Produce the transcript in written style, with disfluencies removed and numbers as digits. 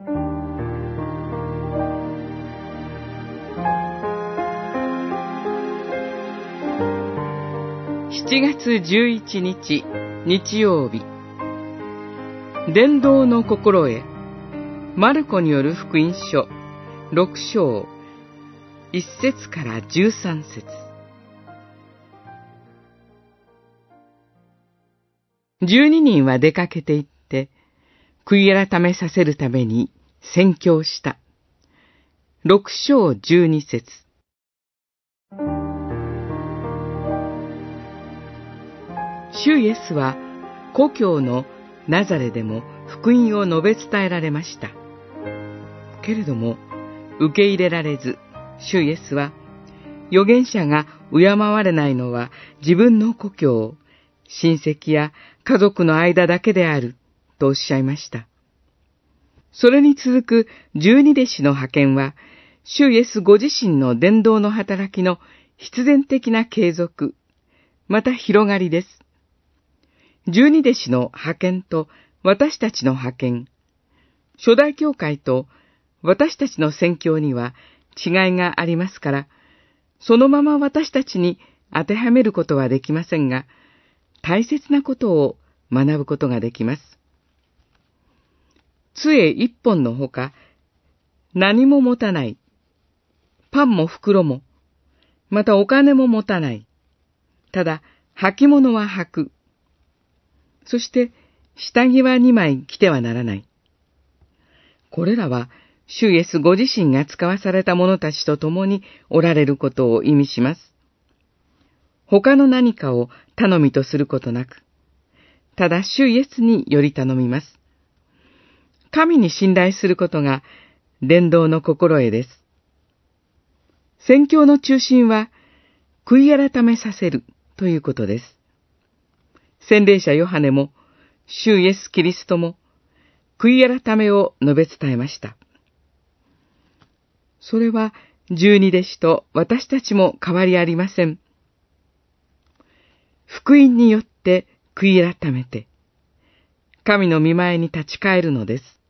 7月11日日曜日、伝道の心得、マルコによる福音書6章1節から13節。12人は出かけて行って、悔い改めさせるために宣教した。6章12節。主イエスは故郷のナザレでも福音を述べ伝えられました。けれども受け入れられず、主イエスは預言者が敬われないのは自分の故郷、親戚や家族の間だけであるとおっしゃいました。それに続く12弟子の派遣は、主イエスご自身の伝道の働きの必然的な継続、また広がりです。12弟子の派遣と私たちの派遣、初代教会と私たちの宣教には違いがありますから、そのまま私たちに当てはめることはできませんが、大切なことを学ぶことができます。杖一本のほか、何も持たない。パンも袋も、またお金も持たない。ただ、履物は履く。そして、下着は2枚着てはならない。これらは、主イエスご自身が使わされた者たちと共におられることを意味します。他の何かを頼みとすることなく、ただ主イエスにより頼みます。神に信頼することが伝道の心得です。宣教の中心は、悔い改めさせるということです。洗礼者ヨハネも、主イエスキリストも、悔い改めを述べ伝えました。それは、12弟子と私たちも変わりありません。福音によって悔い改めて、神の御前に立ち返るのです。